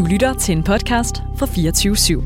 lytter til en podcast fra 24/7.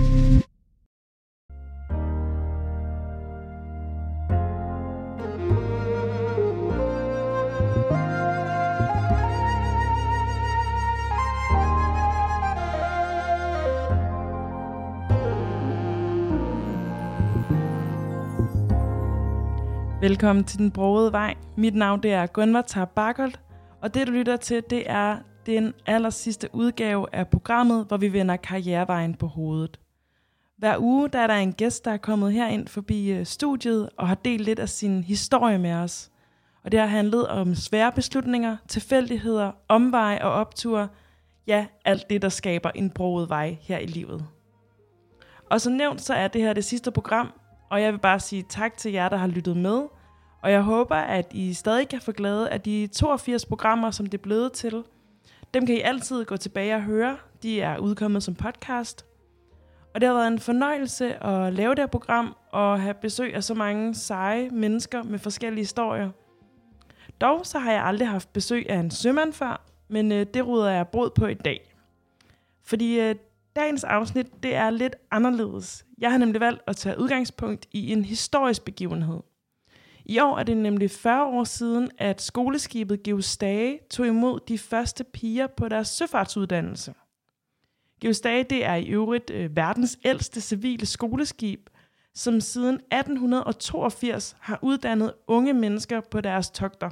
Velkommen til Den Brogede Vej. Mit navn det er Gunvar Tarp Barkholt, og det du lytter til, det er den aller sidste udgave af programmet, hvor vi vender karrierevejen på hovedet. Hver uge der er der en gæst, der er kommet herind forbi studiet og har delt lidt af sin historie med os. Og det har handlet om svære beslutninger, tilfældigheder, omveje og opture. Ja, alt det, der skaber en broget vej her i livet. Og som nævnt, så er det her det sidste program, og jeg vil bare sige tak til jer, der har lyttet med. Og jeg håber, at I stadig kan få glæde af de 82 programmer, som det er blevet til. Dem kan I altid gå tilbage og høre. De er udkommet som podcast. Og det har været en fornøjelse at lave det her program og have besøg af så mange seje mennesker med forskellige historier. Dog så har jeg aldrig haft besøg af en sømand før, men det ruder jeg brud på i dag. Fordi dagens afsnit det er lidt anderledes. Jeg har nemlig valgt at tage udgangspunkt i en historisk begivenhed. I år er det nemlig 40 år siden, at skoleskibet Georg Stage tog imod de første piger på deres søfartsuddannelse. Georg Stage det er i øvrigt verdens ældste civile skoleskib, som siden 1882 har uddannet unge mennesker på deres togter.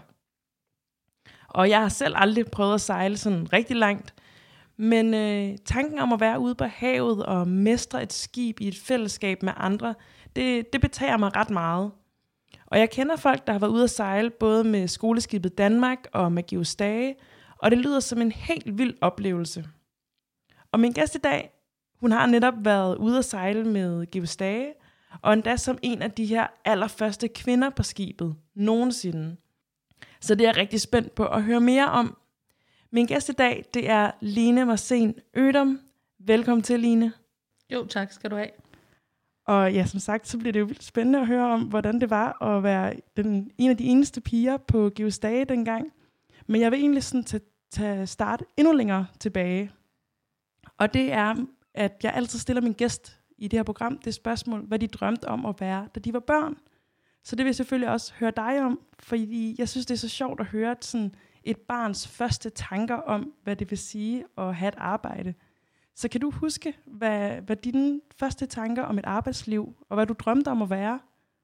Og jeg har selv aldrig prøvet at sejle sådan rigtig langt, men tanken om at være ude på havet og mestre et skib i et fællesskab med andre, det betager mig ret meget. Og jeg kender folk, der har været ude at sejle både med skoleskibet Danmark og med Georg Stage, og det lyder som en helt vild oplevelse. Og min gæst i dag, hun har netop været ude at sejle med Georg Stage, og endda som en af de her allerførste kvinder på skibet nogensinde. Så det er jeg rigtig spændt på at høre mere om. Min gæst i dag, det er Line Marcen Ødom. Velkommen til, Line. Jo, tak skal du have. Og ja, som sagt, så bliver det jo vildt spændende at høre om, hvordan det var at være en af de eneste piger på Georg Stage dengang. Men jeg vil egentlig sådan starte endnu længere tilbage. Og det er, at jeg altid stiller min gæst i det her program det spørgsmål, hvad de drømte om at være, da de var børn. Så det vil jeg selvfølgelig også høre dig om, fordi jeg synes, det er så sjovt at høre sådan et barns første tanker om, hvad det vil sige at have et arbejde. Så kan du huske, hvad dine første tanker om et arbejdsliv, og hvad du drømte om at være?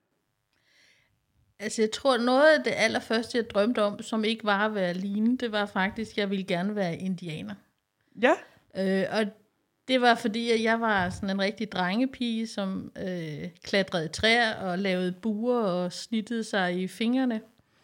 Altså jeg tror, noget af det allerførste, jeg drømte om, som ikke var at være Line, det var faktisk, at jeg ville gerne være indianer. Ja. Og det var fordi, at jeg var sådan en rigtig drengepige, som klatrede i træer og lavede buer og snittede sig i fingrene.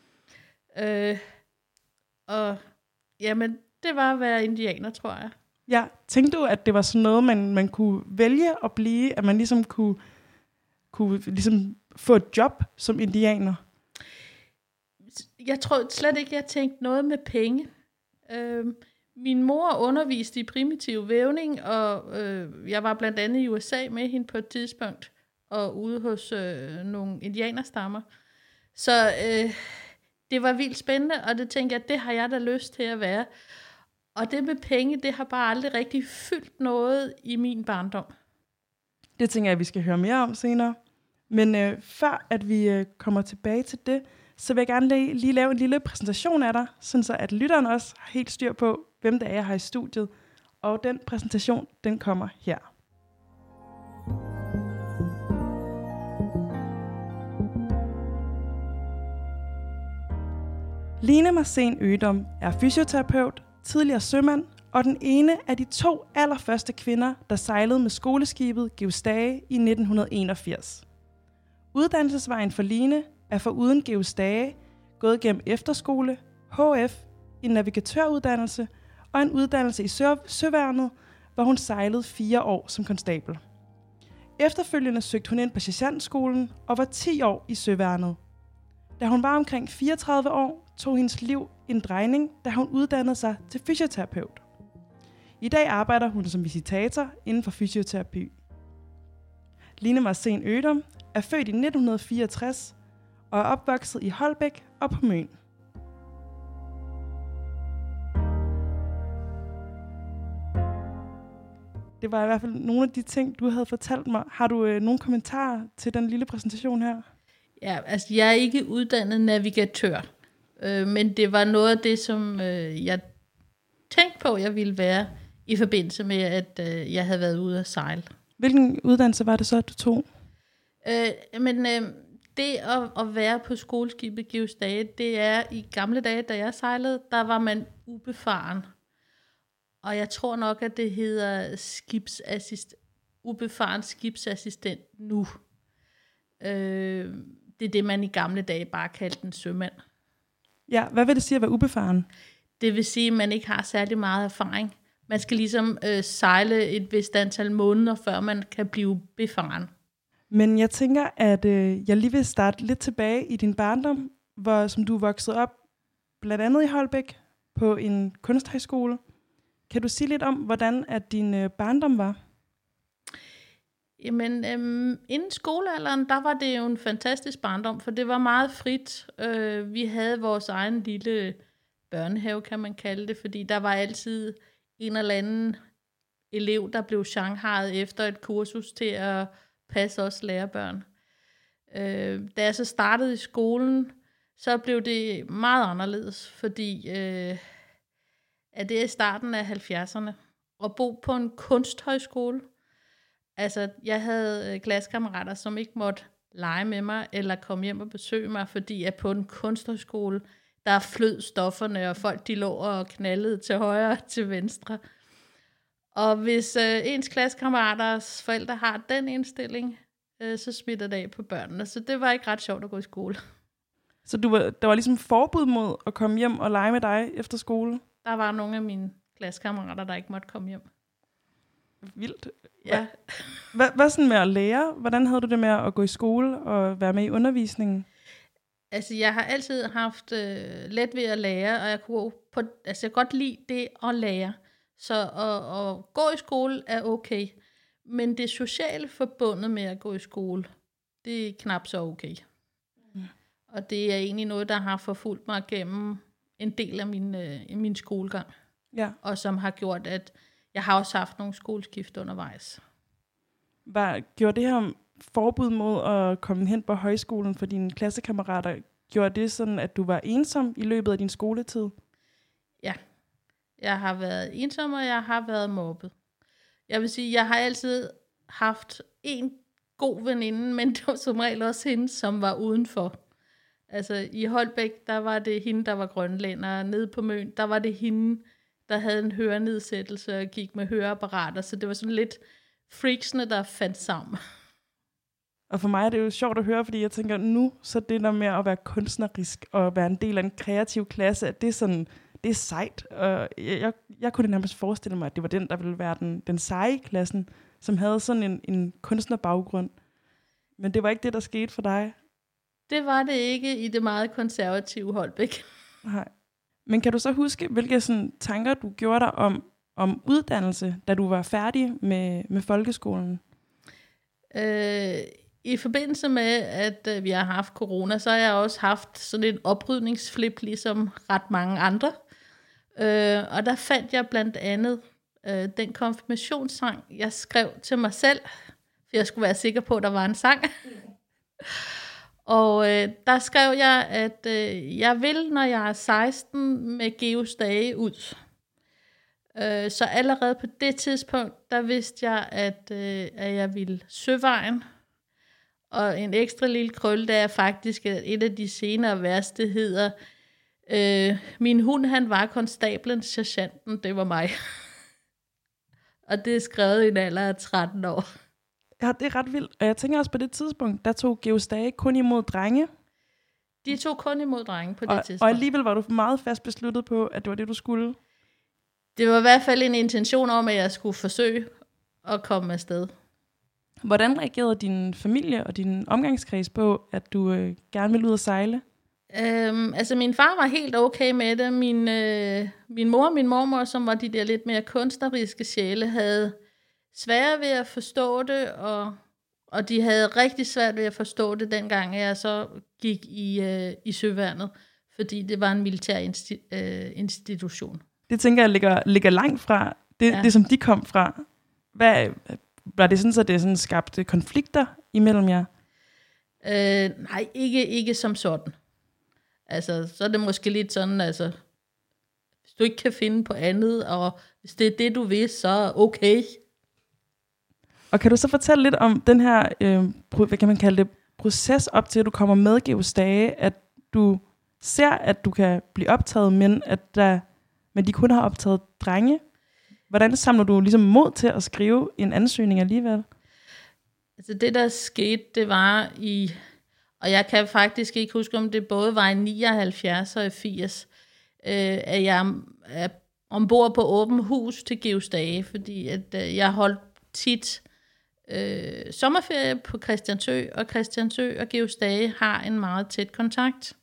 Og jamen, det var at være indianer, tror jeg. Ja, tænkte du, at det var sådan noget, man kunne vælge at blive, at man ligesom kunne ligesom få et job som indianer? Jeg tror slet ikke, jeg tænkte noget med penge. Min mor underviste i primitiv vævning, og jeg var blandt andet i USA med hende på et tidspunkt, og ude hos nogle indianerstammer. Så det var vildt spændende, og det tænkte jeg, det har jeg da lyst til at være. Og det med penge, det har bare aldrig rigtig fyldt noget i min barndom. Det tænker jeg, vi skal høre mere om senere. Men før at vi kommer tilbage til det, så vil jeg gerne lige lave en lille præsentation af dig, sådan så at lytteren også har helt styr på, hvem det er, jeg har i studiet. Og den præsentation, den kommer her. Line Marcen Ødom er fysioterapeut, tidligere sømand, og den ene af de 2 allerførste kvinder, der sejlede med skoleskibet Georg Stage i 1981. Uddannelsesvejen for Line er foruden Georg Stage gået gennem efterskole, HF, en navigatøruddannelse og en uddannelse i Søværnet, hvor hun sejlede 4 år som konstabel. Efterfølgende søgte hun ind på sergentskolen og var 10 år i Søværnet. Da hun var omkring 34 år, tog hendes liv en drejning, da hun uddannede sig til fysioterapeut. I dag arbejder hun som visitator inden for fysioterapi. Line Marcen Ødom er født i 1964 og er opvokset i Holbæk og på Møn. Det var i hvert fald nogle af de ting, du havde fortalt mig. Har du nogle kommentarer til den lille præsentation her? Ja, altså jeg er ikke uddannet navigatør, men det var noget af det, som jeg tænkte på, jeg ville være i forbindelse med, at jeg havde været ude at sejle. Hvilken uddannelse var det så, du tog? Det at være på skoleskibet Georg Stage, det er i gamle dage, da jeg sejlede, der var man ubefaren. Og jeg tror nok, at det hedder ubefaren skibsassistent nu. Det er det, man i gamle dage bare kaldte en sømand. Ja, hvad vil det sige at være ubefaren? Det vil sige, at man ikke har særlig meget erfaring. Man skal ligesom sejle et vist antal måneder, før man kan blive befaren. Men jeg tænker, at jeg lige vil starte lidt tilbage i din barndom, som du voksede op, blandt andet i Holbæk, på en kunsthøjskole. Kan du sige lidt om, hvordan at din barndom var? Jamen, inden skolealderen, der var det jo en fantastisk barndom, for det var meget frit. Vi havde vores egen lille børnehave, kan man kalde det, fordi der var altid en eller anden elev, der blev shanghajet efter et kursus til at passe os lærerbørn. Da jeg så startede i skolen, så blev det meget anderledes, fordi at det er i starten af 70'erne, at bo på en kunsthøjskole. Altså, jeg havde klassekammerater, som ikke måtte lege med mig, eller komme hjem og besøge mig, fordi at på en kunsthøjskole, der flød stofferne, og folk de lå og knaldede til højre og til venstre. Og hvis ens klassekammeraters forældre har den indstilling, så smitter det af på børnene. Så det var ikke ret sjovt at gå i skole. Så der var ligesom forbud mod at komme hjem og lege med dig efter skole? Der var nogle af mine klassekammerater, der ikke måtte komme hjem. Vildt. Ja. Hvad sådan med at lære? Hvordan havde du det med at gå i skole og være med i undervisningen? Altså, jeg har altid haft let ved at lære, og jeg kan godt lide det at lære. Så at gå i skole er okay. Men det sociale forbundet med at gå i skole, det er knap så okay. Mm. Og det er egentlig noget, der har forfulgt mig gennem en del af min skolegang. Ja. Og som har gjort, at jeg har også haft nogle skoleskift undervejs. Gjorde det her forbud mod at komme hen på højskolen for dine klassekammerater, gjorde det sådan, at du var ensom i løbet af din skoletid? Ja. Jeg har været ensom, og jeg har været mobbet. Jeg vil sige, jeg har altid haft en god veninde, men det var som regel også hende, som var udenfor. Altså i Holbæk, der var det hende, der var grønlænder. Nede på Møn, der var det hende, der havde en hørenedsættelse og gik med høreapparater. Så det var sådan lidt freaksene, der fandt sammen. Og for mig er det jo sjovt at høre, fordi jeg tænker, nu så det der med at være kunstnerisk og være en del af en kreativ klasse, at det er sådan, det er sejt. Og jeg kunne nærmest forestille mig, at det var den, der ville være den seje i klassen, som havde sådan en kunstnerbaggrund. Men det var ikke det, der skete for dig. Det var det ikke i det meget konservative Holbæk. Nej. Men kan du så huske, hvilke sådan tanker du gjorde dig om uddannelse, da du var færdig med folkeskolen? I forbindelse med, at vi har haft corona, så har jeg også haft sådan en oprydningsflip, ligesom ret mange andre. Og der fandt jeg blandt andet den konfirmationssang, jeg skrev til mig selv, for jeg skulle være sikker på, at der var en sang. Og der skrev jeg, at jeg vil, når jeg er 16, med Georg Stage ud. Så allerede på det tidspunkt, der vidste jeg, at jeg ville søvejen. Og en ekstra lille krølle, der er faktisk et af de senere værste, hedder, min hund, han var konstablen, sergeanten, det var mig. Og det er skrevet i en alder af 13 år. Ja, det er ret vildt. Og jeg tænker også på det tidspunkt, der tog Georg Stage kun imod drenge. De tog kun imod drenge på det tidspunkt. Og alligevel var du meget fast besluttet på, at det var det, du skulle. Det var i hvert fald en intention om, at jeg skulle forsøge at komme afsted. Hvordan reagerede din familie og din omgangskreds på, at du gerne ville ud at sejle? Altså min far var helt okay med det. Min mor og min mormor, som var de der lidt mere kunstneriske sjæle, havde svært ved at forstå det, og de havde rigtig svært ved at forstå det, dengang jeg så gik i søværnet, fordi det var en militær institution. Det tænker jeg ligger langt fra det, som de kom fra. Var det sådan, så det sådan skabte konflikter imellem jer? Nej, ikke som sådan. Altså, så er det måske lidt sådan, altså, hvis du ikke kan finde på andet, og hvis det er det, du vil, så okay. Og kan du så fortælle lidt om den her, hvad kan man kalde det, proces op til, at du kommer med Georg Stage, at du ser, at du kan blive optaget, men de kun har optaget drenge? Hvordan samler du ligesom mod til at skrive en ansøgning alligevel? Altså det, der skete, det var og jeg kan faktisk ikke huske, om det både var i 79 og i 80, at jeg er ombord på åben hus til Georg Stage, fordi at jeg holdt tit sommerferie på Christiansø, og Christiansø og Georg Stage har en meget tæt kontakt.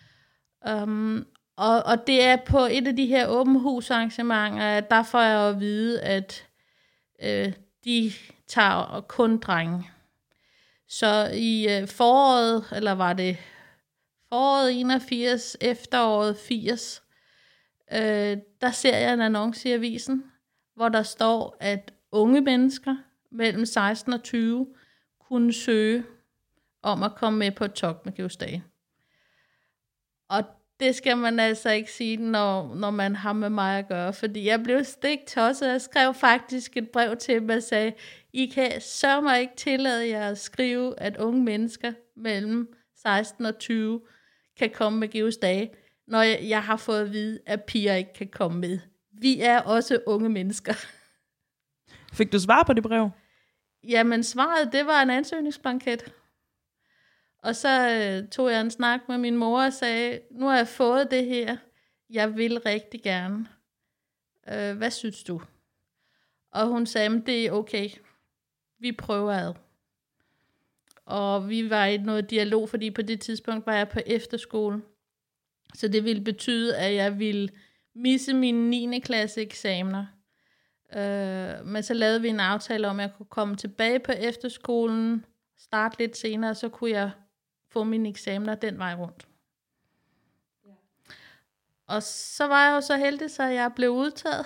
Og det er på et af de her åben hus arrangementer, at der får jeg at vide, at de tager kun drenge. Så i foråret, eller var det foråret 81, efteråret 80, der ser jeg en annonce i avisen, hvor der står, at unge mennesker mellem 16 og 20 kunne søge om at komme med på et talk med Georg Stage. Og det skal man altså ikke sige, når man har med mig at gøre, fordi jeg blev stiktosset. Jeg skrev faktisk et brev til dem og sagde, I kan sørge ikke tillade jer at skrive, at unge mennesker mellem 16 og 20 kan komme med Georg Stage, når jeg har fået at vide, at piger ikke kan komme med. Vi er også unge mennesker. Fik du svar på det brev? Jamen svaret, det var en ansøgningsblanket. Og så tog jeg en snak med min mor og sagde, nu har jeg fået det her. Jeg vil rigtig gerne. Hvad synes du? Og hun sagde, men det er okay. Vi prøver ad. Og vi var i noget dialog, fordi på det tidspunkt var jeg på efterskole. Så det ville betyde, at jeg ville misse mine 9. klasse eksamener. Men så lavede vi en aftale om, at jeg kunne komme tilbage på efterskolen, starte lidt senere, så kunne jeg få mine eksamener den vej rundt. Ja. Og så var jeg jo så heldig, så jeg blev udtaget.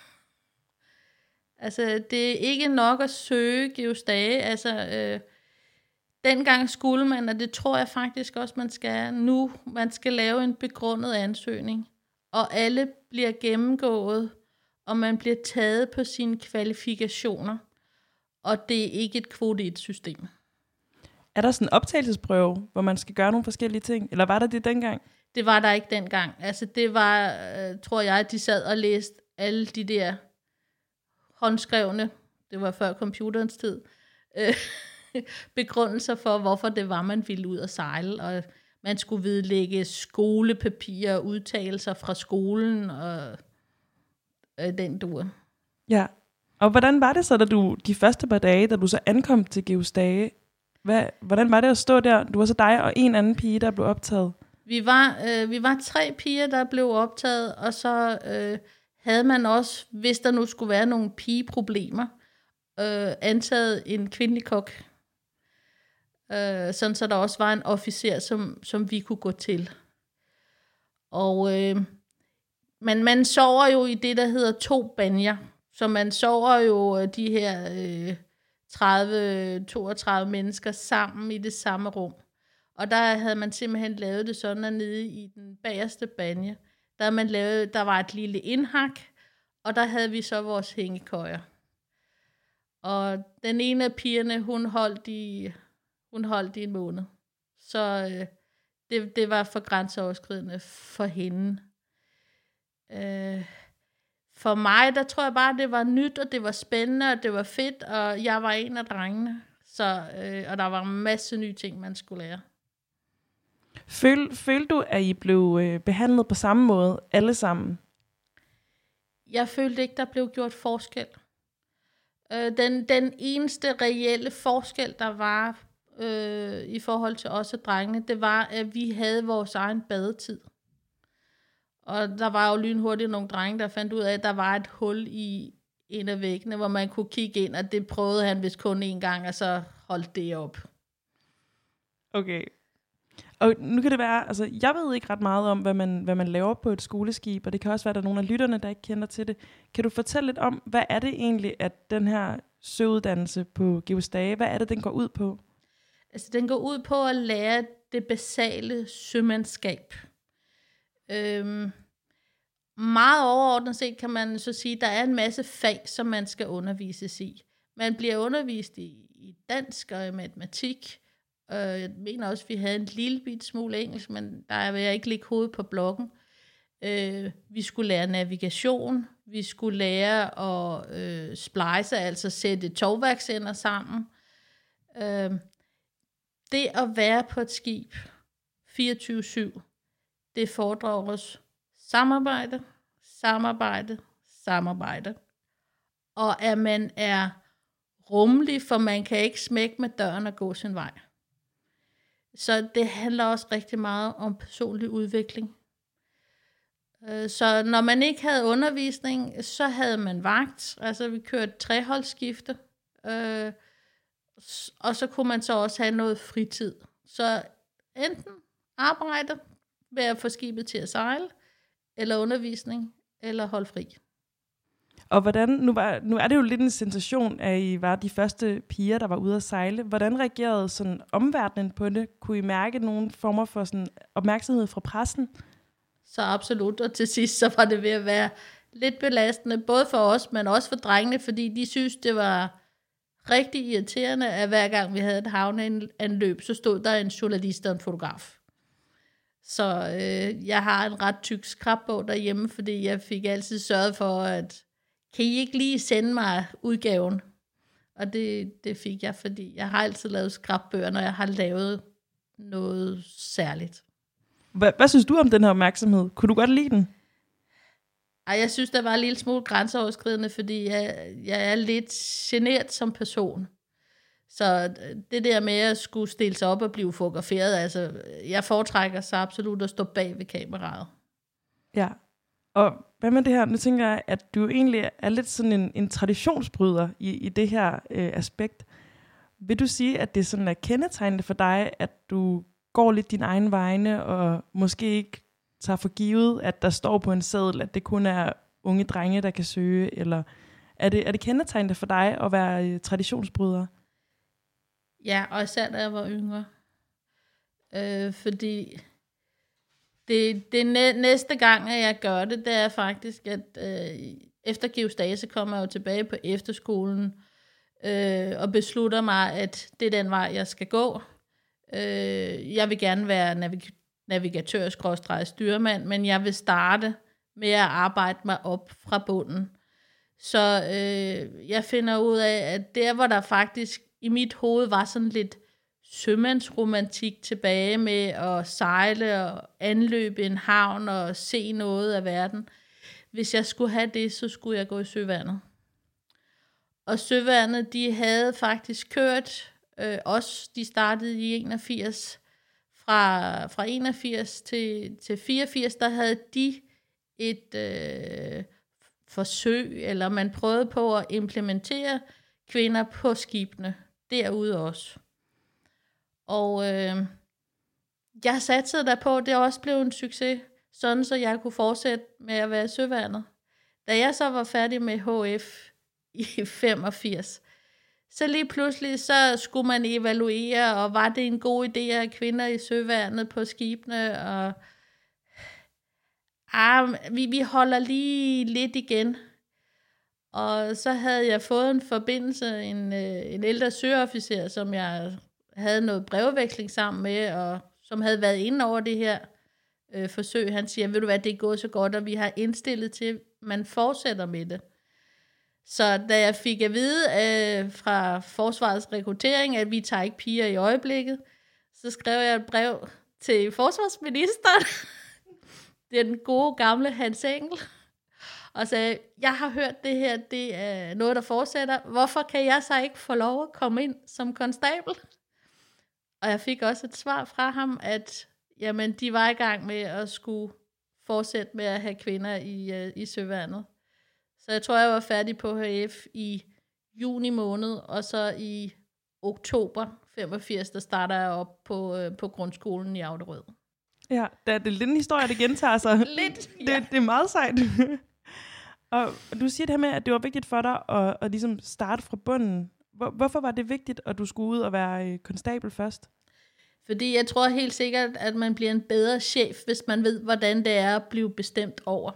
Altså, det er ikke nok at søge Georg Stage. Altså, dengang skulle man, og det tror jeg faktisk også, man skal nu, man skal lave en begrundet ansøgning. Og alle bliver gennemgået, og man bliver taget på sine kvalifikationer. Og det er ikke et kvote 1-system. Er der sådan en optagelsesprøve, hvor man skal gøre nogle forskellige ting? Eller var der det dengang? Det var der ikke dengang. Altså det var, tror jeg, at de sad og læste alle de der håndskrevne, det var før computerens tid, begrundelser for, hvorfor det var, man ville ud og sejle. Og man skulle vedlægge skolepapirer og udtalelser fra skolen og den dur. Ja, og hvordan var det så, da de første par dage, da du så ankom til Georg Stage? Hvordan var det at stå der? Du var så dig og en anden pige, der blev optaget. Vi var 3 piger, der blev optaget, og så havde man også, hvis der nu skulle være nogle pigeproblemer, antaget en kvindelig kok. Sådan så der også var en officer, som vi kunne gå til. Og man sover jo i det, der hedder 2 banjer. Så man sover jo de her 30-32 mennesker sammen i det samme rum. Og der havde man simpelthen lavet det sådan, at nede i den bagerste banje, der var et lille indhak, og der havde vi så vores hængekøjer. Og den ene af pigerne, hun holdt i en måned. Så det var for grænseoverskridende for hende. For mig, der tror jeg bare, det var nyt, og det var spændende, og det var fedt, og jeg var en af drengene. Og der var en masse nye ting, man skulle lære. Følte du, at I blev behandlet på samme måde, alle sammen? Jeg følte ikke, der blev gjort forskel. Den eneste reelle forskel, der var i forhold til os og drengene, det var, at vi havde vores egen badetid. Og der var jo lynhurtigt nogle drenge, der fandt ud af, at der var et hul i en af væggene, hvor man kunne kigge ind, og det prøvede han vist kun en gang, og så holdt det op. Okay. Og nu kan det være, altså jeg ved ikke ret meget om, hvad man laver på et skoleskib, og det kan også være, at der er nogle af lytterne, der ikke kender til det. Kan du fortælle lidt om, hvad er det egentlig, at den her søuddannelse på Geostage. Hvad er det, den går ud på? Altså, den går ud på at lære det basale sømandskab. Meget overordnet set kan man så sige, at der er en masse fag, som man skal undervises i. Man bliver undervist i dansk og i matematik. Jeg mener også, at vi havde en lille bit smule engelsk, men der vil jeg ikke lægge hovedet på blokken. Vi skulle lære navigation. Vi skulle lære at splice, altså sætte tovværksender sammen. Det at være på et skib 24/7, det fordrer os samarbejde. Og at man er rummelig, for man kan ikke smække med døren og gå sin vej. Så det handler også rigtig meget om personlig udvikling. Så når man ikke havde undervisning, så havde man vagt. Altså vi kørte treholdsskifte. Og så kunne man så også have noget fritid. Så enten arbejde ved at få skibet til at sejle, eller undervisning, eller holde fri. Og hvordan, nu er det jo lidt en sensation, at I var de første piger, der var ude at sejle. Hvordan reagerede sådan omverdenen på det? Kunne I mærke nogle former for sådan opmærksomhed fra pressen? Så absolut, og til sidst så var det ved at være lidt belastende, både for os, men også for drengene, fordi de synes, det var rigtig irriterende, at hver gang vi havde et havneanløb, så stod der en journalist og en fotograf. Så jeg har en ret tyk skrabbog derhjemme, fordi jeg fik altid sørget for, at kan I ikke lige sende mig udgaven? Og det fik jeg, fordi jeg har altid lavet skrabbøger, når jeg har lavet noget særligt. Hvad synes du om den her opmærksomhed? Kunne du godt lide den? Ej, jeg synes, der var en lille smule grænseoverskridende, fordi jeg er lidt genert som person. Så det der med at skulle stille sig op og blive fotograferet, altså jeg foretrækker så absolut at stå bag ved kameraet. Ja, og hvad med det her? Nu tænker jeg, at du egentlig er lidt sådan en traditionsbryder i det her aspekt. Vil du sige, at det sådan er kendetegnende for dig, at du går lidt din egen vegne, og måske ikke tager for givet, at der står på en seddel, at det kun er unge drenge, der kan søge, eller er det kendetegnende for dig at være traditionsbryder? Ja, og især da jeg var yngre. Fordi det næste gang, at jeg gør det, det er faktisk, at efter Geostage kommer jeg jo tilbage på efterskolen, og beslutter mig, at det er den vej, jeg skal gå. Jeg vil gerne være navigatør/styrmand, men jeg vil starte med at arbejde mig op fra bunden. Så jeg finder ud af, at der, hvor der faktisk i mit hoved var sådan lidt sømandsromantik tilbage med at sejle og anløbe en havn og se noget af verden. Hvis jeg skulle have det, så skulle jeg gå i søværnet. Og søværnet, de havde faktisk kørt de startede i 81. Fra 81 til 84, der havde de et forsøg, eller man prøvede på at implementere kvinder på skibene derude også. Og jeg satsede derpå, det også blev en succes, sådan så jeg kunne fortsætte med at være søværnet. Da jeg så var færdig med HF i 85, så lige pludselig så skulle man evaluere, og var det en god idé at have kvinder i søværnet på skibene, og vi holder lige lidt igen. Og så havde jeg fået en forbindelse, en ældre søofficer, som jeg havde noget brevveksling sammen med, og som havde været inde over det her forsøg. Han siger, ved du hvad, det er gået så godt, og vi har indstillet til, at man fortsætter med det. Så da jeg fik at vide fra Forsvarets rekruttering, at vi tager ikke piger i øjeblikket, så skrev jeg et brev til forsvarsministeren. Det er den gode gamle Hans Engel. Og sagde, jeg har hørt det her, det er noget, der fortsætter. Hvorfor kan jeg så ikke få lov at komme ind som konstabel? Og jeg fik også et svar fra ham, at jamen, de var i gang med at skulle fortsætte med at have kvinder i søværnet. Så jeg tror, jeg var færdig på HF i juni måned, og så i oktober 85, der starter jeg op på grundskolen i Auderød. Ja, det er lidt en historie, der gentager sig. Lidt, ja. Det er meget sejt. Og du siger det her med, at det var vigtigt for dig at ligesom starte fra bunden. Hvorfor var det vigtigt, at du skulle ud og være konstabel først? Fordi jeg tror helt sikkert, at man bliver en bedre chef, hvis man ved, hvordan det er at blive bestemt over.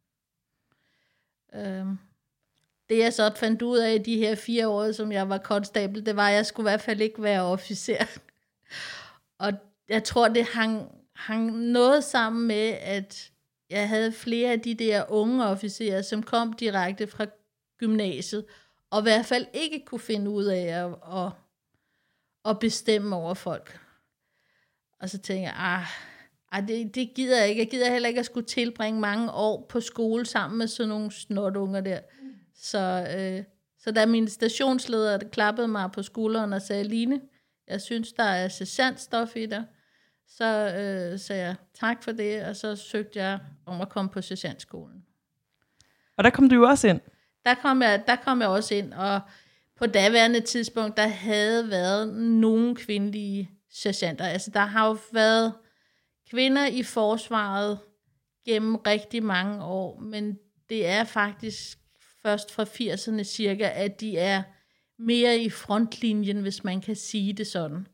Det jeg så fandt ud af i de her 4 år, som jeg var konstabel, det var, at jeg skulle i hvert fald ikke være officer. Og jeg tror, det hang noget sammen med, at jeg havde flere af de der unge officerer, som kom direkte fra gymnasiet, og i hvert fald ikke kunne finde ud af at bestemme over folk. Og så tænkte jeg, det gider jeg ikke. Jeg gider heller ikke at skulle tilbringe mange år på skole sammen med sådan nogle snotunger der. Så da min stationsleder klappede mig på skulderen og sagde, Line, jeg synes, der er sergeantstof i dig, så sagde jeg tak for det, og så søgte jeg om at komme på sergeantskolen. Og der kom du jo også ind? Der kom jeg også ind, og på daværende tidspunkt, der havde været nogle kvindelige sergeanter. Altså, der har jo været kvinder i forsvaret gennem rigtig mange år, men det er faktisk først fra 80'erne cirka, at de er mere i frontlinjen, hvis man kan sige det sådan.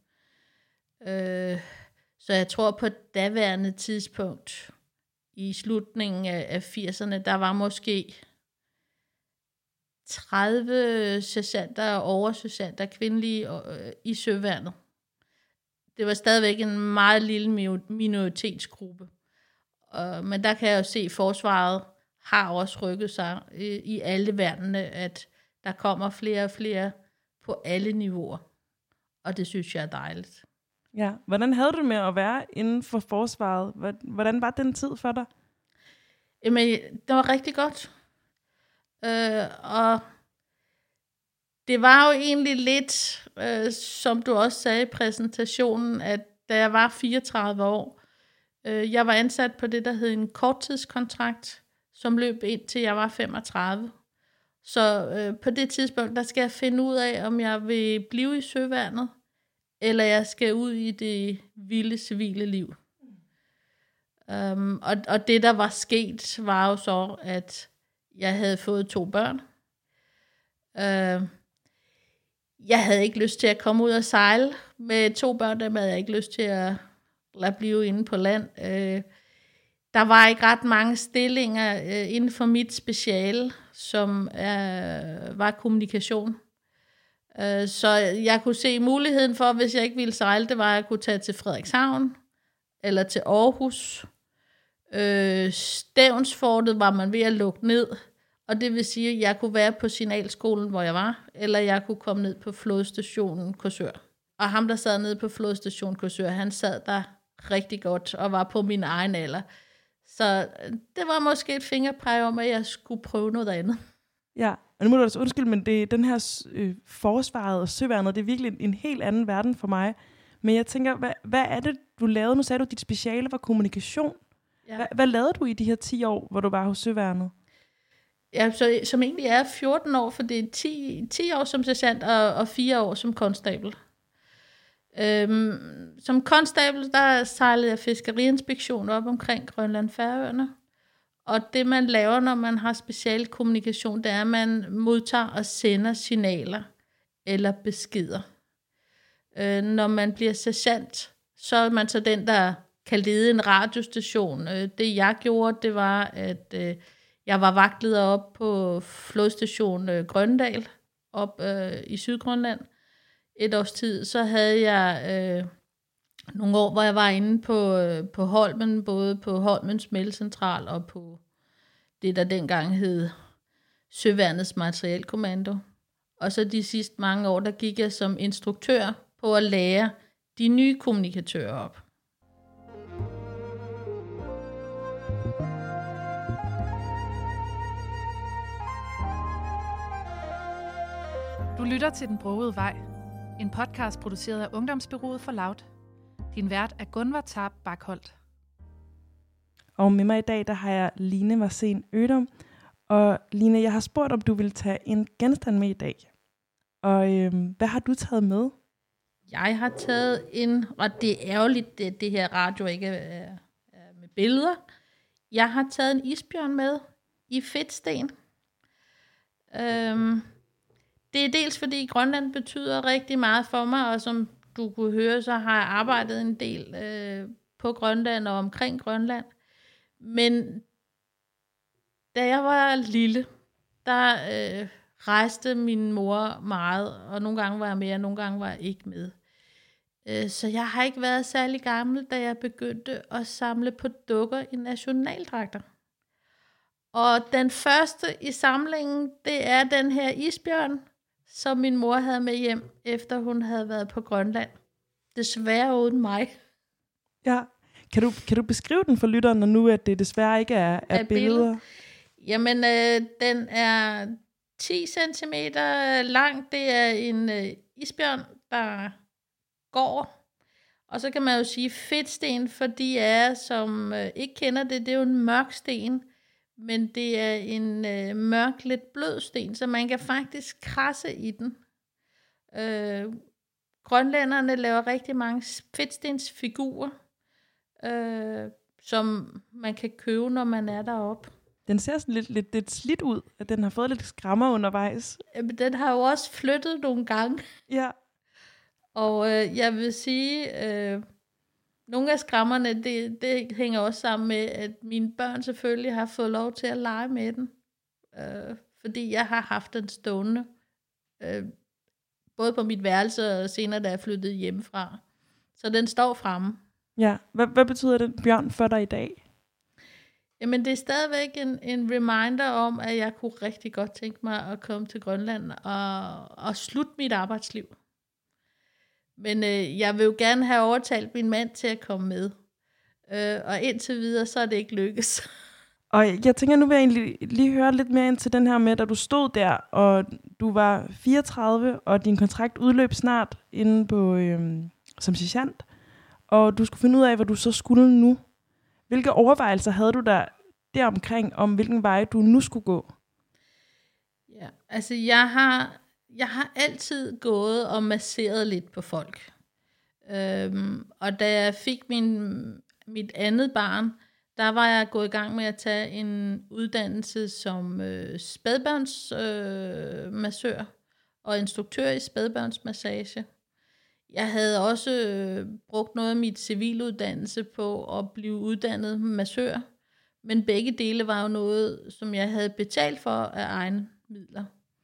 Så jeg tror på daværende tidspunkt, i slutningen af 80'erne, der var måske 30 sergeanter og oversergeanter kvindelige i søværnet. Det var stadigvæk en meget lille minoritetsgruppe. Men der kan jeg jo se, at forsvaret har også rykket sig i alle værnene, at der kommer flere og flere på alle niveauer. Og det synes jeg er dejligt. Ja, hvordan havde du med at være inden for forsvaret? Hvordan var den tid for dig? Jamen, det var rigtig godt. Og det var jo egentlig lidt, som du også sagde i præsentationen, at da jeg var 34 år, jeg var ansat på det, der hed en korttidskontrakt, som løb indtil jeg var 35. Så på det tidspunkt, der skal jeg finde ud af, om jeg vil blive i søværnet, eller jeg skal ud i det vilde civile liv. Og det, der var sket, var jo så, at jeg havde fået 2 børn. Jeg havde ikke lyst til at komme ud og sejle med 2 børn, dem havde jeg ikke lyst til at lade blive inde på land. Der var ikke ret mange stillinger inden for mit speciale, som var kommunikation. Så jeg kunne se muligheden for, hvis jeg ikke ville sejle, det var, at jeg kunne tage til Frederikshavn eller til Aarhus. Stevnsfortet var man ved at lukke ned, og det vil sige, at jeg kunne være på signalskolen, hvor jeg var, eller jeg kunne komme ned på flådestationen Korsør. Og ham, der sad nede på flådestationen Korsør, han sad der rigtig godt og var på min egen alder. Så det var måske et fingerpeg om, at jeg skulle prøve noget andet. Ja, og nu må du også undskylde, men den her forsvaret og søværnet, det er virkelig en helt anden verden for mig. Men jeg tænker, hvad er det, du lavede? Nu sagde du, at dit speciale var kommunikation. Ja. Hvad lavede du i de her 10 år, hvor du var hos søværnet? Ja, så, som egentlig er 14 år, for det er 10 år som sergeant og 4 år som konstabel. Som konstabel, der sejlede jeg fiskeriinspektion op omkring Grønland Færøerne. Og det man laver, når man har specialkommunikation, det er, at man modtager og sender signaler eller beskeder. Når man bliver sergeant, så er man så den, der kan lede en radiostation. Det jeg gjorde, det var, at jeg var vagtleder op på flådestation Grøndal op i Sydgrønland. Et års tid, så havde jeg nogle år, hvor jeg var inde på Holmen, både på Holmens Meldecentral og på det, der dengang hed Søværnets Materielkommando. Og så de sidste mange år, der gik jeg som instruktør på at lære de nye kommunikatører op. Du lytter til Den Brogede Vej, en podcast produceret af Ungdomsbureauet for Loud. Din vært er Gunvar Tarp Bakholt. Og med mig i dag, der har jeg Line Marsen Ødom. Og Line, jeg har spurgt, om du vil tage en genstand med i dag. Og hvad har du taget med? Jeg har taget og det er ærgerligt, det her radio ikke er med billeder. Jeg har taget en isbjørn med i fedtsten. Det er dels fordi Grønland betyder rigtig meget for mig, og som du kunne høre, så har jeg arbejdet en del på Grønland og omkring Grønland. Men da jeg var lille, der rejste min mor meget, og nogle gange var jeg med, og nogle gange var jeg ikke med. Så jeg har ikke været særlig gammel, da jeg begyndte at samle på dukker i nationaldragter. Og den første i samlingen, det er den her isbjørn, som min mor havde med hjem, efter hun havde været på Grønland. Desværre uden mig. Ja. Kan du beskrive den for lytteren, når nu at det desværre ikke er billeder? Jamen, den er 10 cm lang. Det er en isbjørn, der går. Og så kan man jo sige fedtsten, for de af jer, som ikke kender det, det er jo en mørk sten. Men det er en mørk, lidt blød sten, så man kan faktisk krasse i den. Grønlænderne laver rigtig mange fedtstensfigurer, som man kan købe, når man er deroppe. Den ser sådan lidt slidt ud, at den har fået lidt skrammer undervejs. Den har jo også flyttet nogle gange. Ja. Og jeg vil sige, nogle af skrammerne, det hænger også sammen med, at mine børn selvfølgelig har fået lov til at lege med den. Fordi jeg har haft den stående, både på mit værelse og senere, da jeg flyttede hjemmefra. Så den står fremme. Ja, hvad betyder den bjørn for dig i dag? Jamen det er stadigvæk en reminder om, at jeg kunne rigtig godt tænke mig at komme til Grønland og slutte mit arbejdsliv. Men jeg vil jo gerne have overtalt min mand til at komme med. Og indtil videre, så er det ikke lykkes. Og jeg tænker, nu vil jeg egentlig lige høre lidt mere ind til den her med, da du stod der, og du var 34, og din kontrakt udløb snart inde på, som sergeant. Og du skulle finde ud af, hvad du så skulle nu. Hvilke overvejelser havde du deromkring, om hvilken vej du nu skulle gå? Ja, altså jeg har altid gået og masseret lidt på folk. Og da jeg fik mit andet barn, der var jeg gået i gang med at tage en uddannelse som spædbørnsmassør og instruktør i spædbørnsmassage. Jeg havde også brugt noget af mit civiluddannelse på at blive uddannet massør, men begge dele var jo noget, som jeg havde betalt for af egne midler.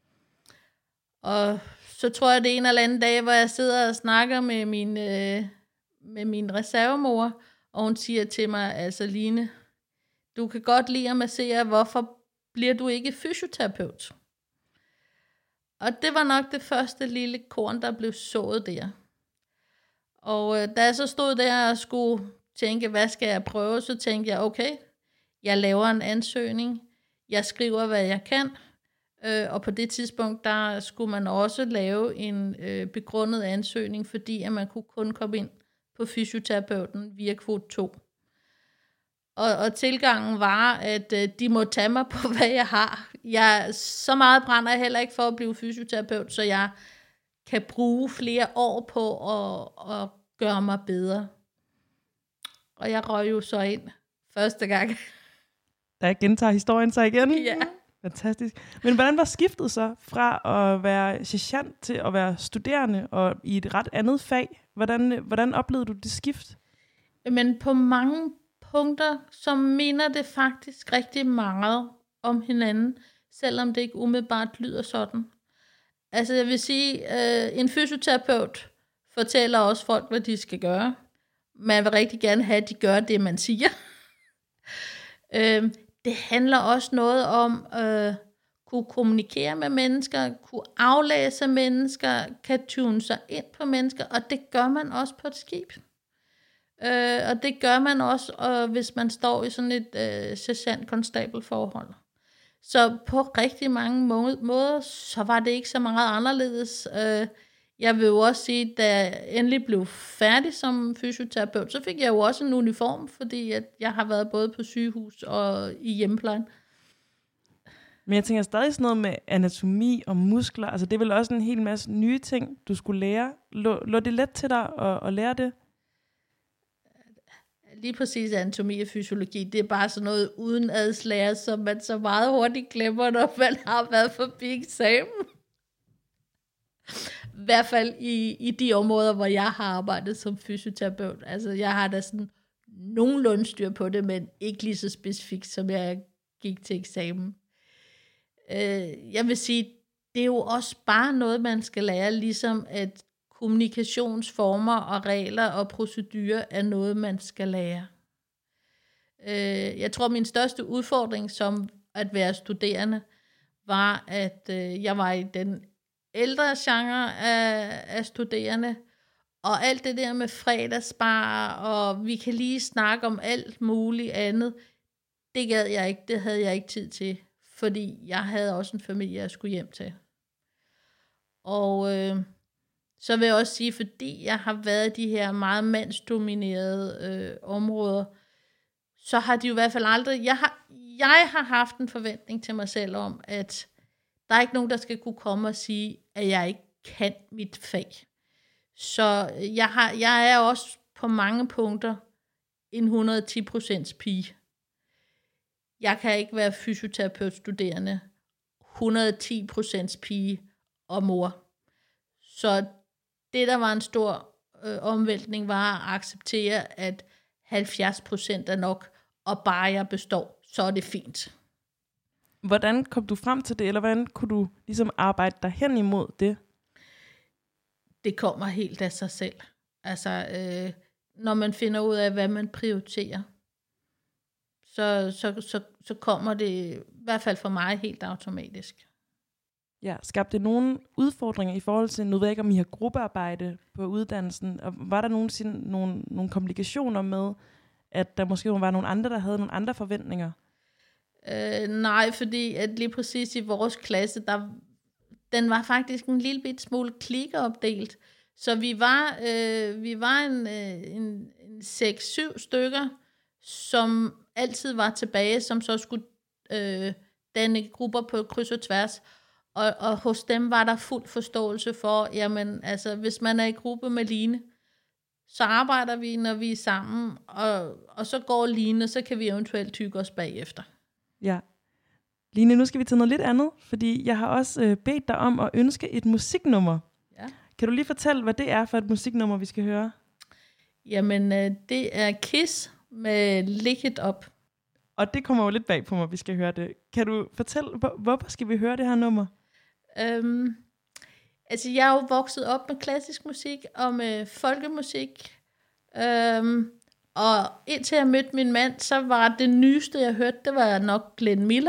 Og så tror jeg, det er en eller anden dag, hvor jeg sidder og snakker med min reservemor, og hun siger til mig, altså Line, du kan godt lide at massere, hvorfor bliver du ikke fysioterapeut? Og det var nok det første lille korn, der blev sået der. Og da jeg så stod der og skulle tænke, hvad skal jeg prøve, så tænkte jeg, okay, jeg laver en ansøgning, jeg skriver, hvad jeg kan, og på det tidspunkt, der skulle man også lave en begrundet ansøgning, fordi at man kunne kun komme ind på fysioterapeuten via kvote 2. Og tilgangen var, at de må tage mig på, hvad jeg har. Så meget brænder jeg heller ikke for at blive fysioterapeut, så jeg kan bruge flere år på at gøre mig bedre. Og jeg røg jo så ind første gang. Der gentager historien sig igen. Ja. Fantastisk. Men hvordan var skiftet så fra at være sergeant til at være studerende og i et ret andet fag? Hvordan oplevede du det skift? Men på mange punkter, så minder det faktisk rigtig meget om hinanden, selvom det ikke umiddelbart lyder sådan. Altså jeg vil sige, en fysioterapeut fortæller også folk, hvad de skal gøre. Man vil rigtig gerne have, at de gør det, man siger. Det handler også noget om at kunne kommunikere med mennesker, kunne aflæse mennesker, kan tune sig ind på mennesker, og det gør man også på et skib. Og det gør man også, hvis man står i sådan et sergeant-konstabel-forhold. Så på rigtig mange måder, så var det ikke så meget anderledes. Jeg vil jo også sige, da jeg endelig blev færdig som fysioterapeut, så fik jeg jo også en uniform, fordi at jeg har været både på sygehus og i hjemmeplejen. Men jeg tænker stadig sådan noget med anatomi og muskler. Altså det er vel også en hel masse nye ting, du skulle lære. Lå det let til dig at lære det? lige præcis anatomi og fysiologi, det er bare sådan noget uden adslærer, som man så meget hurtigt glemmer, når man har været forbi eksamen. I hvert fald i de områder, hvor jeg har arbejdet som fysioterapeut. Altså, jeg har da sådan nogenlunde styr på det, men ikke lige så specifikt, som jeg gik til eksamen. Jeg vil sige, det er jo også bare noget, man skal lære, ligesom at kommunikationsformer og regler og procedurer er noget, man skal lære. Jeg tror, min største udfordring som at være studerende, var, at jeg var i den ældre genre af studerende, og alt det der med fredagsbar, og vi kan lige snakke om alt muligt andet, det gad jeg ikke, det havde jeg ikke tid til, fordi jeg havde også en familie, jeg skulle hjem til. Og så vil jeg også sige, fordi jeg har været i de her meget mandsdominerede områder, så har de jo i hvert fald aldrig, jeg har haft en forventning til mig selv om, at der er ikke nogen, der skal kunne komme og sige, at jeg ikke kan mit fag. Så jeg er også på mange punkter en 110% pige. Jeg kan ikke være fysioterapeutstuderende 110% pige og mor. Så det, der var en stor omvæltning, var at acceptere, at 70% er nok, og bare jeg består, så er det fint. Hvordan kom du frem til det, eller hvordan kunne du ligesom arbejde dig hen imod det? Det kommer helt af sig selv. Altså, når man finder ud af, hvad man prioriterer, så kommer det i hvert fald for mig helt automatisk. Ja, skabte det nogle udfordringer i forhold til, nu ved jeg ikke, om I har gruppearbejde på uddannelsen, og var der nogensinde nogle komplikationer med, at der måske var nogle andre, der havde nogle andre forventninger? Nej, fordi at lige præcis i vores klasse, den var faktisk en lille bit smule klikkeopdelt. Så vi var en 6-7 stykker, som altid var tilbage, som så skulle danne grupper på kryds og tværs. Og hos dem var der fuld forståelse for, jamen altså, hvis man er i gruppe med Line, så arbejder vi, når vi er sammen, og så går Line, så kan vi eventuelt tygge os bagefter. Ja. Line, nu skal vi til noget lidt andet, fordi jeg har også bedt dig om at ønske et musiknummer. Ja. Kan du lige fortælle, hvad det er for et musiknummer, vi skal høre? Jamen, det er Kiss med Lick It Up. Og det kommer jo lidt bag på mig, vi skal høre det. Kan du fortælle, hvorfor skal vi høre det her nummer? Altså, jeg er jo vokset op med klassisk musik og med folkemusik. Og indtil jeg mødte min mand, så var det nyeste, jeg hørte, det var nok Glenn Miller.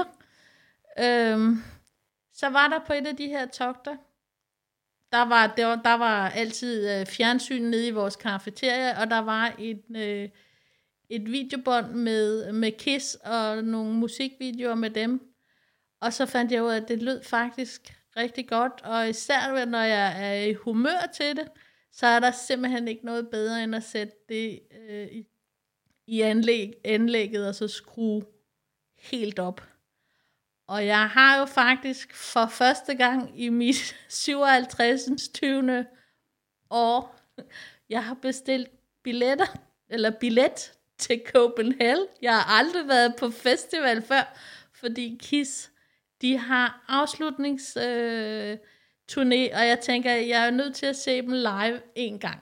Så var der på et af de her togter, der var altid fjernsyn nede i vores cafeteria, og der var et videobånd med Kiss og nogle musikvideoer med dem. Og så fandt jeg ud af, at det lød faktisk rigtig godt, og især når jeg er i humør til det, så er der simpelthen ikke noget bedre end at sætte det i anlægget og så skrue helt op. Og jeg har jo faktisk for første gang i mit 57. 20. år, jeg har bestilt billet til Copenhagen. Jeg har aldrig været på festival før, fordi Kiss, de har afslutningsturné, og jeg tænker, jeg er nødt til at se dem live en gang.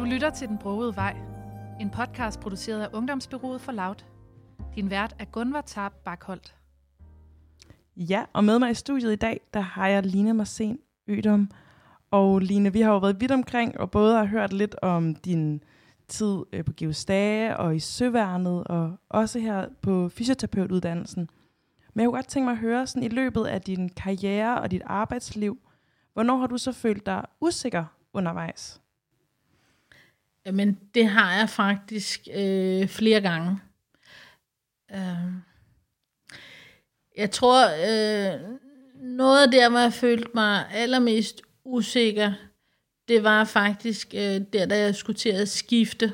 lytter til Den Brogede Vej, en podcast produceret af Ungdomsbureauet for Loud. Din vært er Gunvor Tarp Bakholt. Ja, og med mig i studiet i dag, der har jeg Line Marcen Ødom. Og Line, vi har jo været vidt omkring, og både har hørt lidt om din tid på Georg Stage og i Søværnet, og også her på fysioterapeutuddannelsen. Men jeg kunne godt tænke mig at høre, sådan i løbet af din karriere og dit arbejdsliv, hvornår har du så følt dig usikker undervejs? Jamen, det har jeg faktisk flere gange. Jeg tror, noget af det, hvor jeg følte mig allermest usikker, det var faktisk der, da jeg skulle til at skifte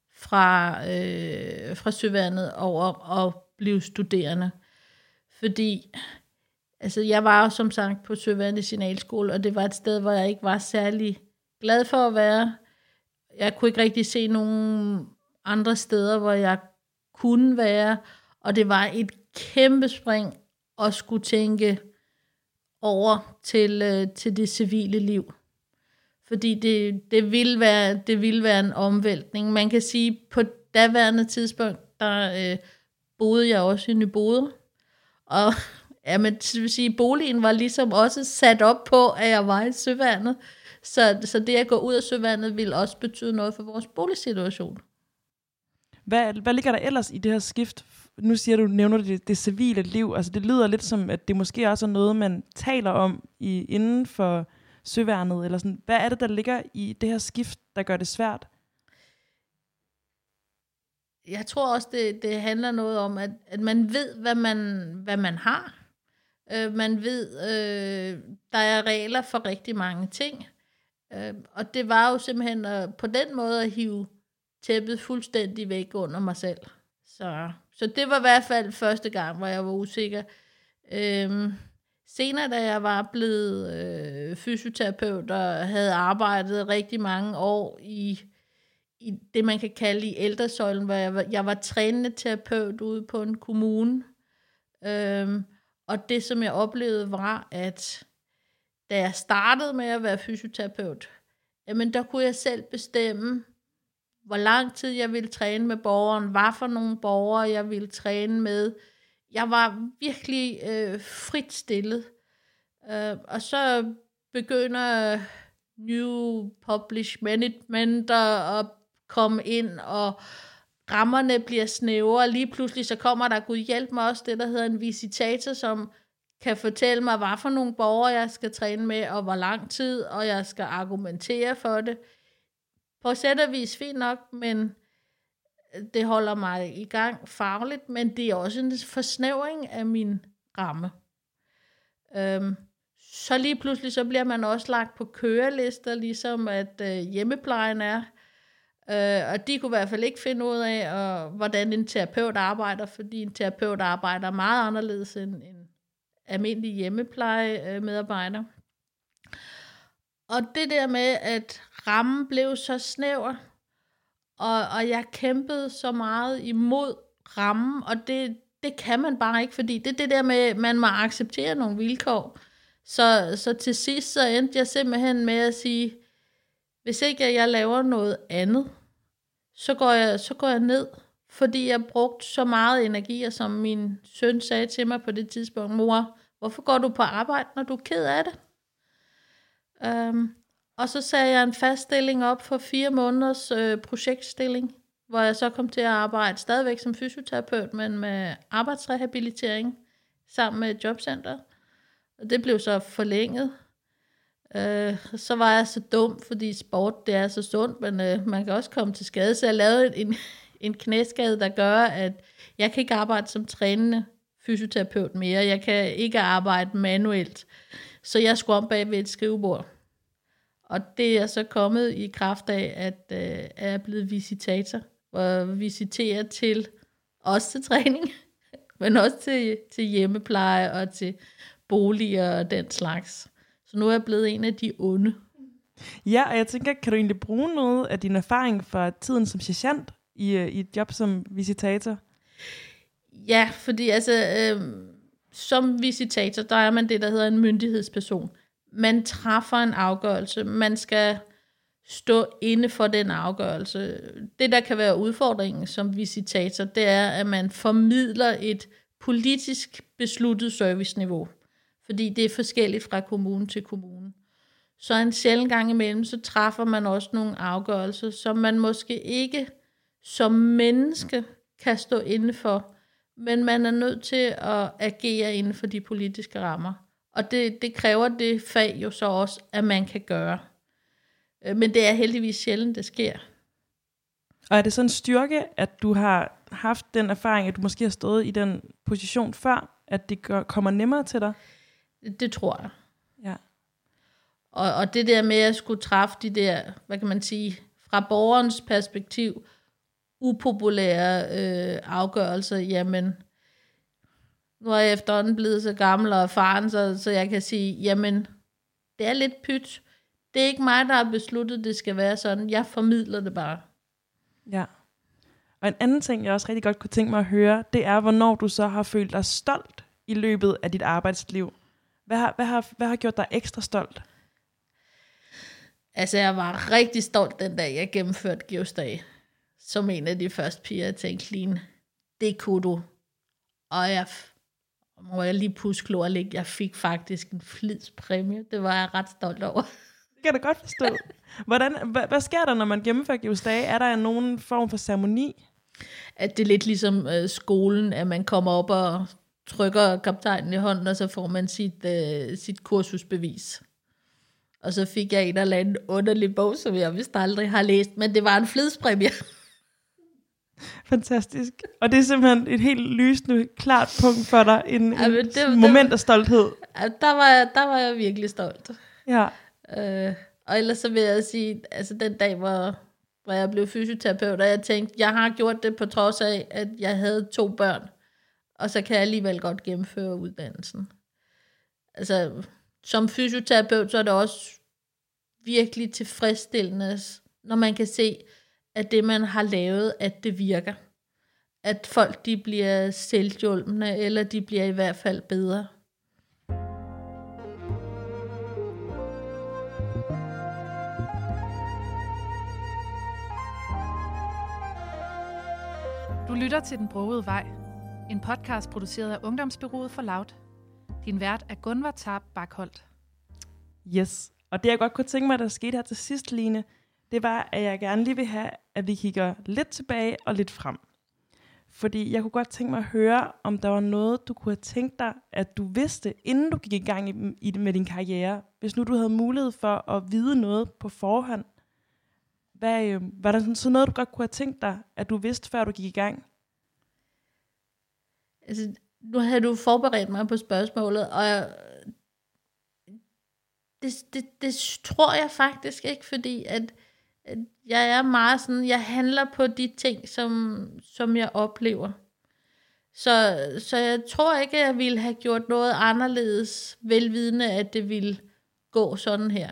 fra Søværnet over og blive studerende. Fordi altså, jeg var jo som sagt på Søværnet Signalskole, og det var et sted, hvor jeg ikke var særlig glad for at være. Jeg kunne ikke rigtig se nogen andre steder, hvor jeg kunne være, og det var et kæmpe spring at skulle tænke over til det civile liv. Fordi det ville være en omvæltning. Man kan sige, på daværende tidspunkt, der boede jeg også i Nyboder. Og ja, men det vil sige, boligen var ligesom også sat op på, at jeg var i Søværnet. Så det at gå ud af Søværnet ville også betyde noget for vores boligsituation. Hvad ligger der ellers i det her skift? Nu siger du, nævner det civile liv. Altså det lyder lidt som, at det måske også er noget, man taler om inden for Søværnet. Eller sådan. Hvad er det, der ligger i det her skift, der gør det svært? Jeg tror også, det handler noget om, at man ved, hvad man har. Man ved, der er regler for rigtig mange ting. Og det var jo simpelthen på den måde at hive tæppet fuldstændig væk under mig selv. Så det var i hvert fald første gang, hvor jeg var usikker. Senere, da jeg var blevet fysioterapeut og havde arbejdet rigtig mange år i det, man kan kalde i ældresøjlen, hvor jeg var trænende terapeut ude på en kommune. Og det, som jeg oplevede, var, at da jeg startede med at være fysioterapeut, jamen der kunne jeg selv bestemme, hvor lang tid jeg ville træne med borgeren, hvad for nogle borgere jeg ville træne med. Jeg var virkelig frit stillet. Og så begynder New Publish Management at komme ind, og rammerne bliver snævre. Lige pludselig så kommer der, Gud hjælp mig også, det der hedder en visitator, som kan fortælle mig, hvad for nogle borgere jeg skal træne med, og hvor lang tid, og jeg skal argumentere for det. På sæt og vis fint nok, men det holder mig i gang fagligt, men det er også en forsnævring af min ramme. Så lige pludselig så bliver man også lagt på kørelister, ligesom at hjemmeplejen er. Og de kunne i hvert fald ikke finde ud af, hvordan en terapeut arbejder, fordi en terapeut arbejder meget anderledes end en almindelig hjemmeplejemedarbejder. Og det der med, at rammen blev så snæver, og jeg kæmpede så meget imod rammen, og det kan man bare ikke, fordi det er det der med, at man må acceptere nogle vilkår. Så til sidst så endte jeg simpelthen med at sige, hvis ikke jeg laver noget andet, så går jeg ned, fordi jeg brugte så meget energi, og som min søn sagde til mig på det tidspunkt, mor, hvorfor går du på arbejde, når du er ked af det? Og så sagde jeg en fast stilling op for 4 måneders projektstilling, hvor jeg så kom til at arbejde stadigvæk som fysioterapeut, men med arbejdsrehabilitering sammen med Jobcenter. Og det blev så forlænget. Så var jeg så dum, fordi sport det er så sundt, men man kan også komme til skade. Så jeg lavede en knæskade, der gør, at jeg kan ikke arbejde som trænende fysioterapeut mere. Jeg kan ikke arbejde manuelt. Så jeg skulle om bag ved et skrivebord. Og det er så kommet i kraft af, at jeg er blevet visitator. Og visiterer til, også til træning, men også til hjemmepleje og til boliger og den slags. Så nu er jeg blevet en af de onde. Ja, og jeg tænker, kan du egentlig bruge noget af din erfaring fra tiden som sergeant i et job som visitator? Ja, fordi som visitator, der er man det, der hedder en myndighedsperson. Man træffer en afgørelse. Man skal stå inde for den afgørelse. Det, der kan være udfordringen som visitator, det er, at man formidler et politisk besluttet serviceniveau, fordi det er forskelligt fra kommune til kommune. Så en sjælden gang imellem, så træffer man også nogle afgørelser, som man måske ikke som menneske kan stå inde for, men man er nødt til at agere inden for de politiske rammer. Og det kræver det fag jo så også, at man kan gøre. Men det er heldigvis sjældent, det sker. Og er det sådan en styrke, at du har haft den erfaring, at du måske har stået i den position før, at det kommer nemmere til dig? Det tror jeg. Ja. Og det der med at skulle træffe de der, hvad kan man sige, fra borgerens perspektiv, upopulære afgørelser, jamen, nu er jeg efterhånden blevet så gammel og erfaren, så jeg kan sige, jamen, det er lidt pyt. Det er ikke mig, der har besluttet, det skal være sådan. Jeg formidler det bare. Ja. Og en anden ting, jeg også rigtig godt kunne tænke mig at høre, det er, hvornår du så har følt dig stolt i løbet af dit arbejdsliv. Hvad har gjort dig ekstra stolt? Altså, jeg var rigtig stolt den dag, jeg gennemførte Geosdag. Som en af de første piger, jeg tænkte, Line, det kunne du. Og må jeg lige puske og lægge, jeg fik faktisk en flidspræmie. Det var jeg ret stolt over. Det kan jeg da godt forstå. Hvad sker der, når man gennemfører Geosdag? Er der nogen form for ceremoni? At det er lidt ligesom skolen, at man kommer op og trykker kaptajnen i hånden, og så får man sit kursusbevis. Og så fik jeg en eller anden underlig bog, som jeg vist aldrig har læst, men det var en flidspræmie. Fantastisk. Og det er simpelthen et helt lysende, klart punkt for dig. En moment af stolthed. Der var jeg virkelig stolt. Ja. Og ellers så vil jeg sige, altså den dag, hvor jeg blev fysioterapeut, og jeg tænkte, jeg har gjort det på trods af, at jeg havde 2 børn, og så kan jeg alligevel godt gennemføre uddannelsen. Altså, som fysioterapeut, så er det også virkelig tilfredsstillende, når man kan se, at det, man har lavet, at det virker. At folk, de bliver selvhjulpende, eller de bliver i hvert fald bedre. Du lytter til Den Brogede Vej, en podcast produceret af Ungdomsbureauet for Loud. Din vært er Gunvar Tarp Bakholt. Yes, og det jeg godt kunne tænke mig, der skete her til sidst, Line, det var, at jeg gerne lige vil have, at vi kigger lidt tilbage og lidt frem. Fordi jeg kunne godt tænke mig at høre, om der var noget, du kunne have tænkt dig, at du vidste, inden du gik i gang med din karriere. Hvis nu du havde mulighed for at vide noget på forhånd. Var der sådan noget, du godt kunne have tænkt dig, at du vidste, før du gik i gang? Altså, nu havde du forberedt mig på spørgsmålet, og det tror jeg faktisk ikke, fordi at jeg er meget sådan, jeg handler på de ting, som jeg oplever. Så jeg tror ikke, at jeg ville have gjort noget anderledes, velvidende, at det ville gå sådan her.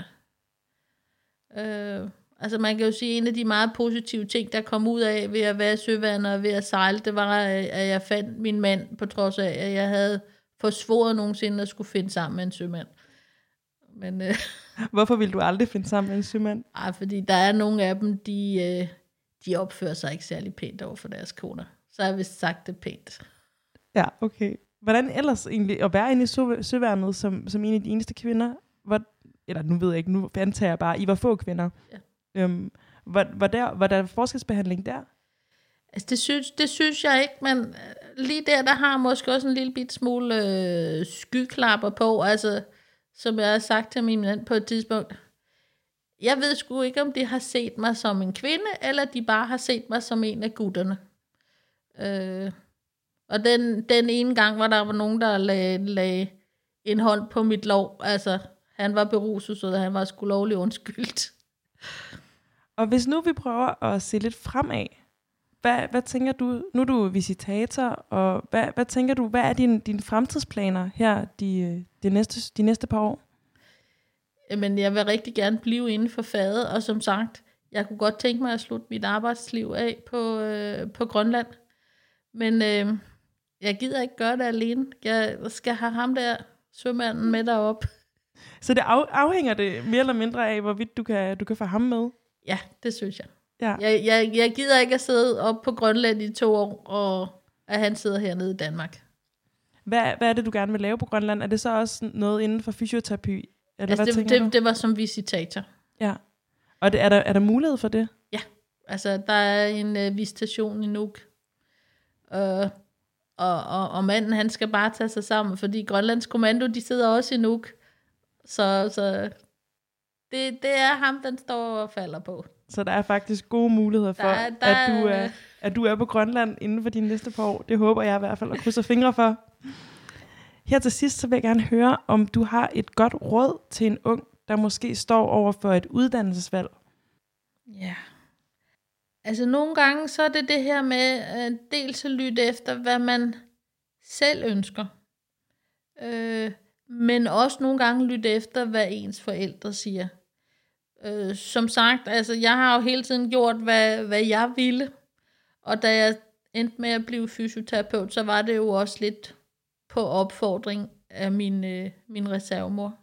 Altså man kan jo sige, at en af de meget positive ting, der kom ud af ved at være søværende og ved at sejle, det var, at jeg fandt min mand, på trods af, at jeg havde forsvoret nogensinde at skulle finde sammen med en sømand. Men, hvorfor ville du aldrig finde sammen med en sømand? Fordi der er nogle af dem, de opfører sig ikke særlig pænt over for deres koner. Så har jeg vist sagt det pænt. Ja, okay. Hvordan ellers egentlig at være inde i søværnet som en af de eneste kvinder? Eller nu ved jeg ikke, nu antager jeg bare, I var få kvinder. Ja. Var der forskelsbehandling der? Altså det synes jeg ikke, men lige der har måske også en lille bit smule skyklapper på, altså som jeg har sagt til min mand på et tidspunkt. Jeg ved sgu ikke, om de har set mig som en kvinde, eller de bare har set mig som en af gutterne. Og den ene gang, hvor der var nogen, der lagde en hånd på mit lov, altså han var beruset, så han var sgu lovlig undskyldt. Og hvis nu vi prøver at se lidt fremad, hvad tænker du, nu er du visitator, og hvad tænker du, hvad er dine fremtidsplaner her de næste par år? Jamen, jeg vil rigtig gerne blive inden for faget, og som sagt, jeg kunne godt tænke mig at slutte mit arbejdsliv af på Grønland. Men jeg gider ikke gøre det alene. Jeg skal have ham der, sømanden, med derop. Så det afhænger det mere eller mindre af, hvorvidt du kan få ham med? Ja, det synes jeg. Ja. Jeg gider ikke at sidde op på Grønland i 2 år, og at han sidder hernede i Danmark. Hvad er det, du gerne vil lave på Grønland? Er det så også noget inden for fysioterapi? Eller Altså, hvad tænker du? det var som visitator. Ja. Og er der mulighed for det? Ja, altså der er en visitation i Nuuk. Og manden, han skal bare tage sig sammen, fordi Grønlands Kommando, de sidder også i Nuuk. Så det er ham, den står og falder på. Så der er faktisk gode muligheder for, at du er på Grønland inden for de næste par år. Det håber jeg i hvert fald at krydse fingre for. Her til sidst, så vil jeg gerne høre, om du har et godt råd til en ung, der måske står over for et uddannelsesvalg. Ja. Altså nogle gange, så er det her med dels at lytte efter, hvad man selv ønsker. Men også nogle gange lytte efter, hvad ens forældre siger. Som sagt, altså jeg har jo hele tiden gjort, hvad jeg ville. Og da jeg endte med at blive fysioterapeut, så var det jo også lidt på opfordring af min reservemor.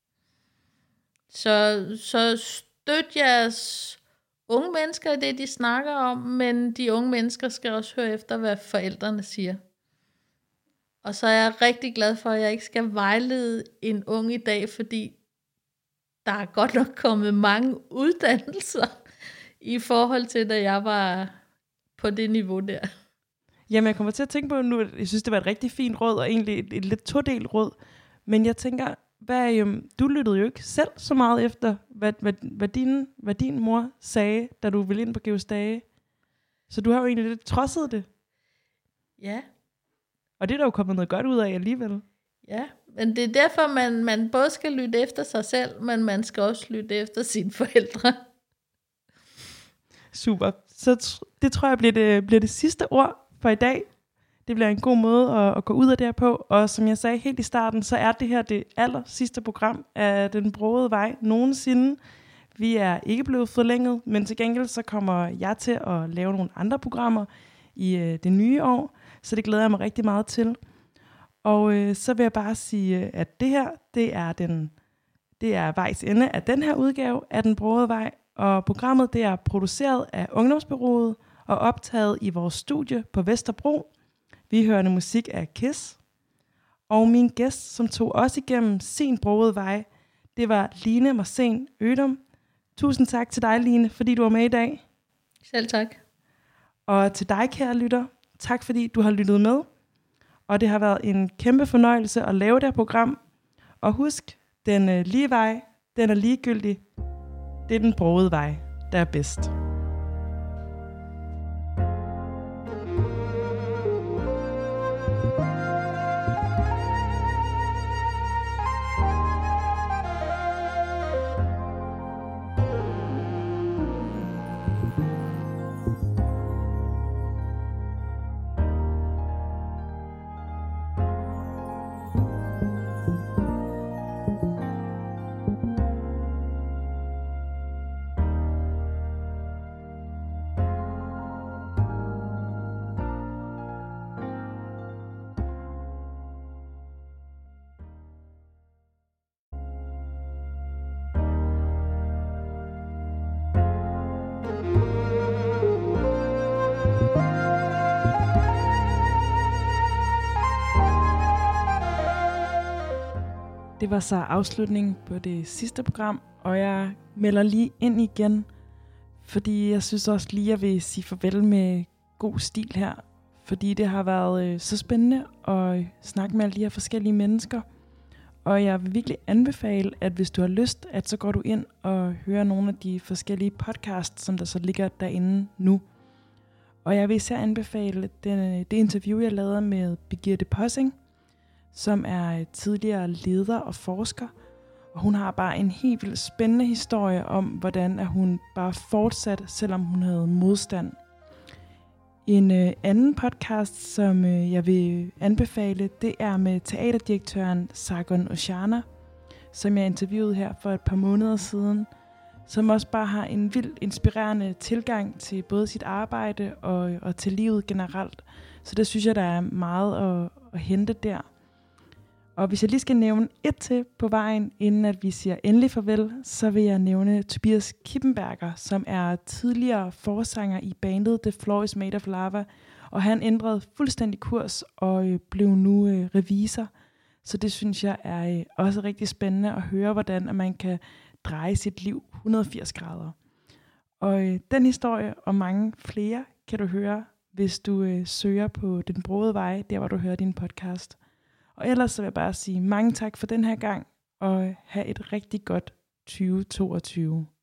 Så støt jeres unge mennesker i det, de snakker om, men de unge mennesker skal også høre efter, hvad forældrene siger. Og så er jeg rigtig glad for, at jeg ikke skal vejlede en ung i dag, fordi der er godt nok kommet mange uddannelser i forhold til, da jeg var på det niveau der. Jamen, jeg kommer til at tænke på nu, jeg synes, det var et rigtig fint råd, og egentlig et lidt todelt råd. Men jeg tænker, du lyttede jo ikke selv så meget efter, hvad din mor sagde, da du ville ind på Georg Stage. Så du har jo egentlig lidt trodset det. Ja. Og det er der jo kommet noget godt ud af alligevel. Ja, men det er derfor, man både skal lytte efter sig selv, men man skal også lytte efter sine forældre. Super. Så det tror jeg bliver det sidste ord for i dag. Det bliver en god måde at gå ud af det her på. Og som jeg sagde helt i starten, så er det her det aller sidste program af Den Brogede Vej nogensinde. Vi er ikke blevet forlænget, men til gengæld så kommer jeg til at lave nogle andre programmer i det nye år. Så det glæder jeg mig rigtig meget til. Og så vil jeg bare sige, at det her, det er vejs ende af den her udgave af Den Brogede Vej. Og programmet det er produceret af Ungdomsbureauet og optaget i vores studie på Vesterbro. Vi hører musik af Kiss. Og min gæst, som tog os igennem sin brogede vej, det var Line Marsen Ødum. Tusind tak til dig, Line, fordi du var med i dag. Selv tak. Og til dig, kære lytter, tak fordi du har lyttet med. Og det har været en kæmpe fornøjelse at lave det her program. Og husk, den lige vej, den er ligegyldig. Det er den brogede vej, der er bedst. Det var så afslutningen på det sidste program, og jeg melder lige ind igen, fordi jeg synes også lige, jeg vil sige farvel med god stil her, fordi det har været så spændende at snakke med alle de her forskellige mennesker, og jeg vil virkelig anbefale, at hvis du har lyst, at så går du ind og hører nogle af de forskellige podcasts, som der så ligger derinde nu. Og jeg vil især anbefale det interview, jeg lavede med Birgitte Possing, som er tidligere leder og forsker. Og hun har bare en helt vildt spændende historie om, hvordan at hun bare fortsatte, selvom hun havde modstand. En anden podcast, som jeg vil anbefale, det er med teaterdirektøren Sargon Oshana, som jeg interviewede her for et par måneder siden, som også bare har en vildt inspirerende tilgang til både sit arbejde og til livet generelt. Så det synes jeg, der er meget at hente der. Og hvis jeg lige skal nævne et til på vejen, inden at vi siger endelig farvel, så vil jeg nævne Tobias Kippenberger, som er tidligere forsanger i bandet The Floor is Made of Lava, og han ændrede fuldstændig kurs og blev nu revisor. Så det synes jeg er også rigtig spændende at høre, hvordan man kan dreje sit liv 180 grader. Og den historie og mange flere kan du høre, hvis du søger på Den Broede Vej, der hvor du hører din podcast. Og ellers så vil jeg bare sige mange tak for den her gang, og have et rigtig godt 2022.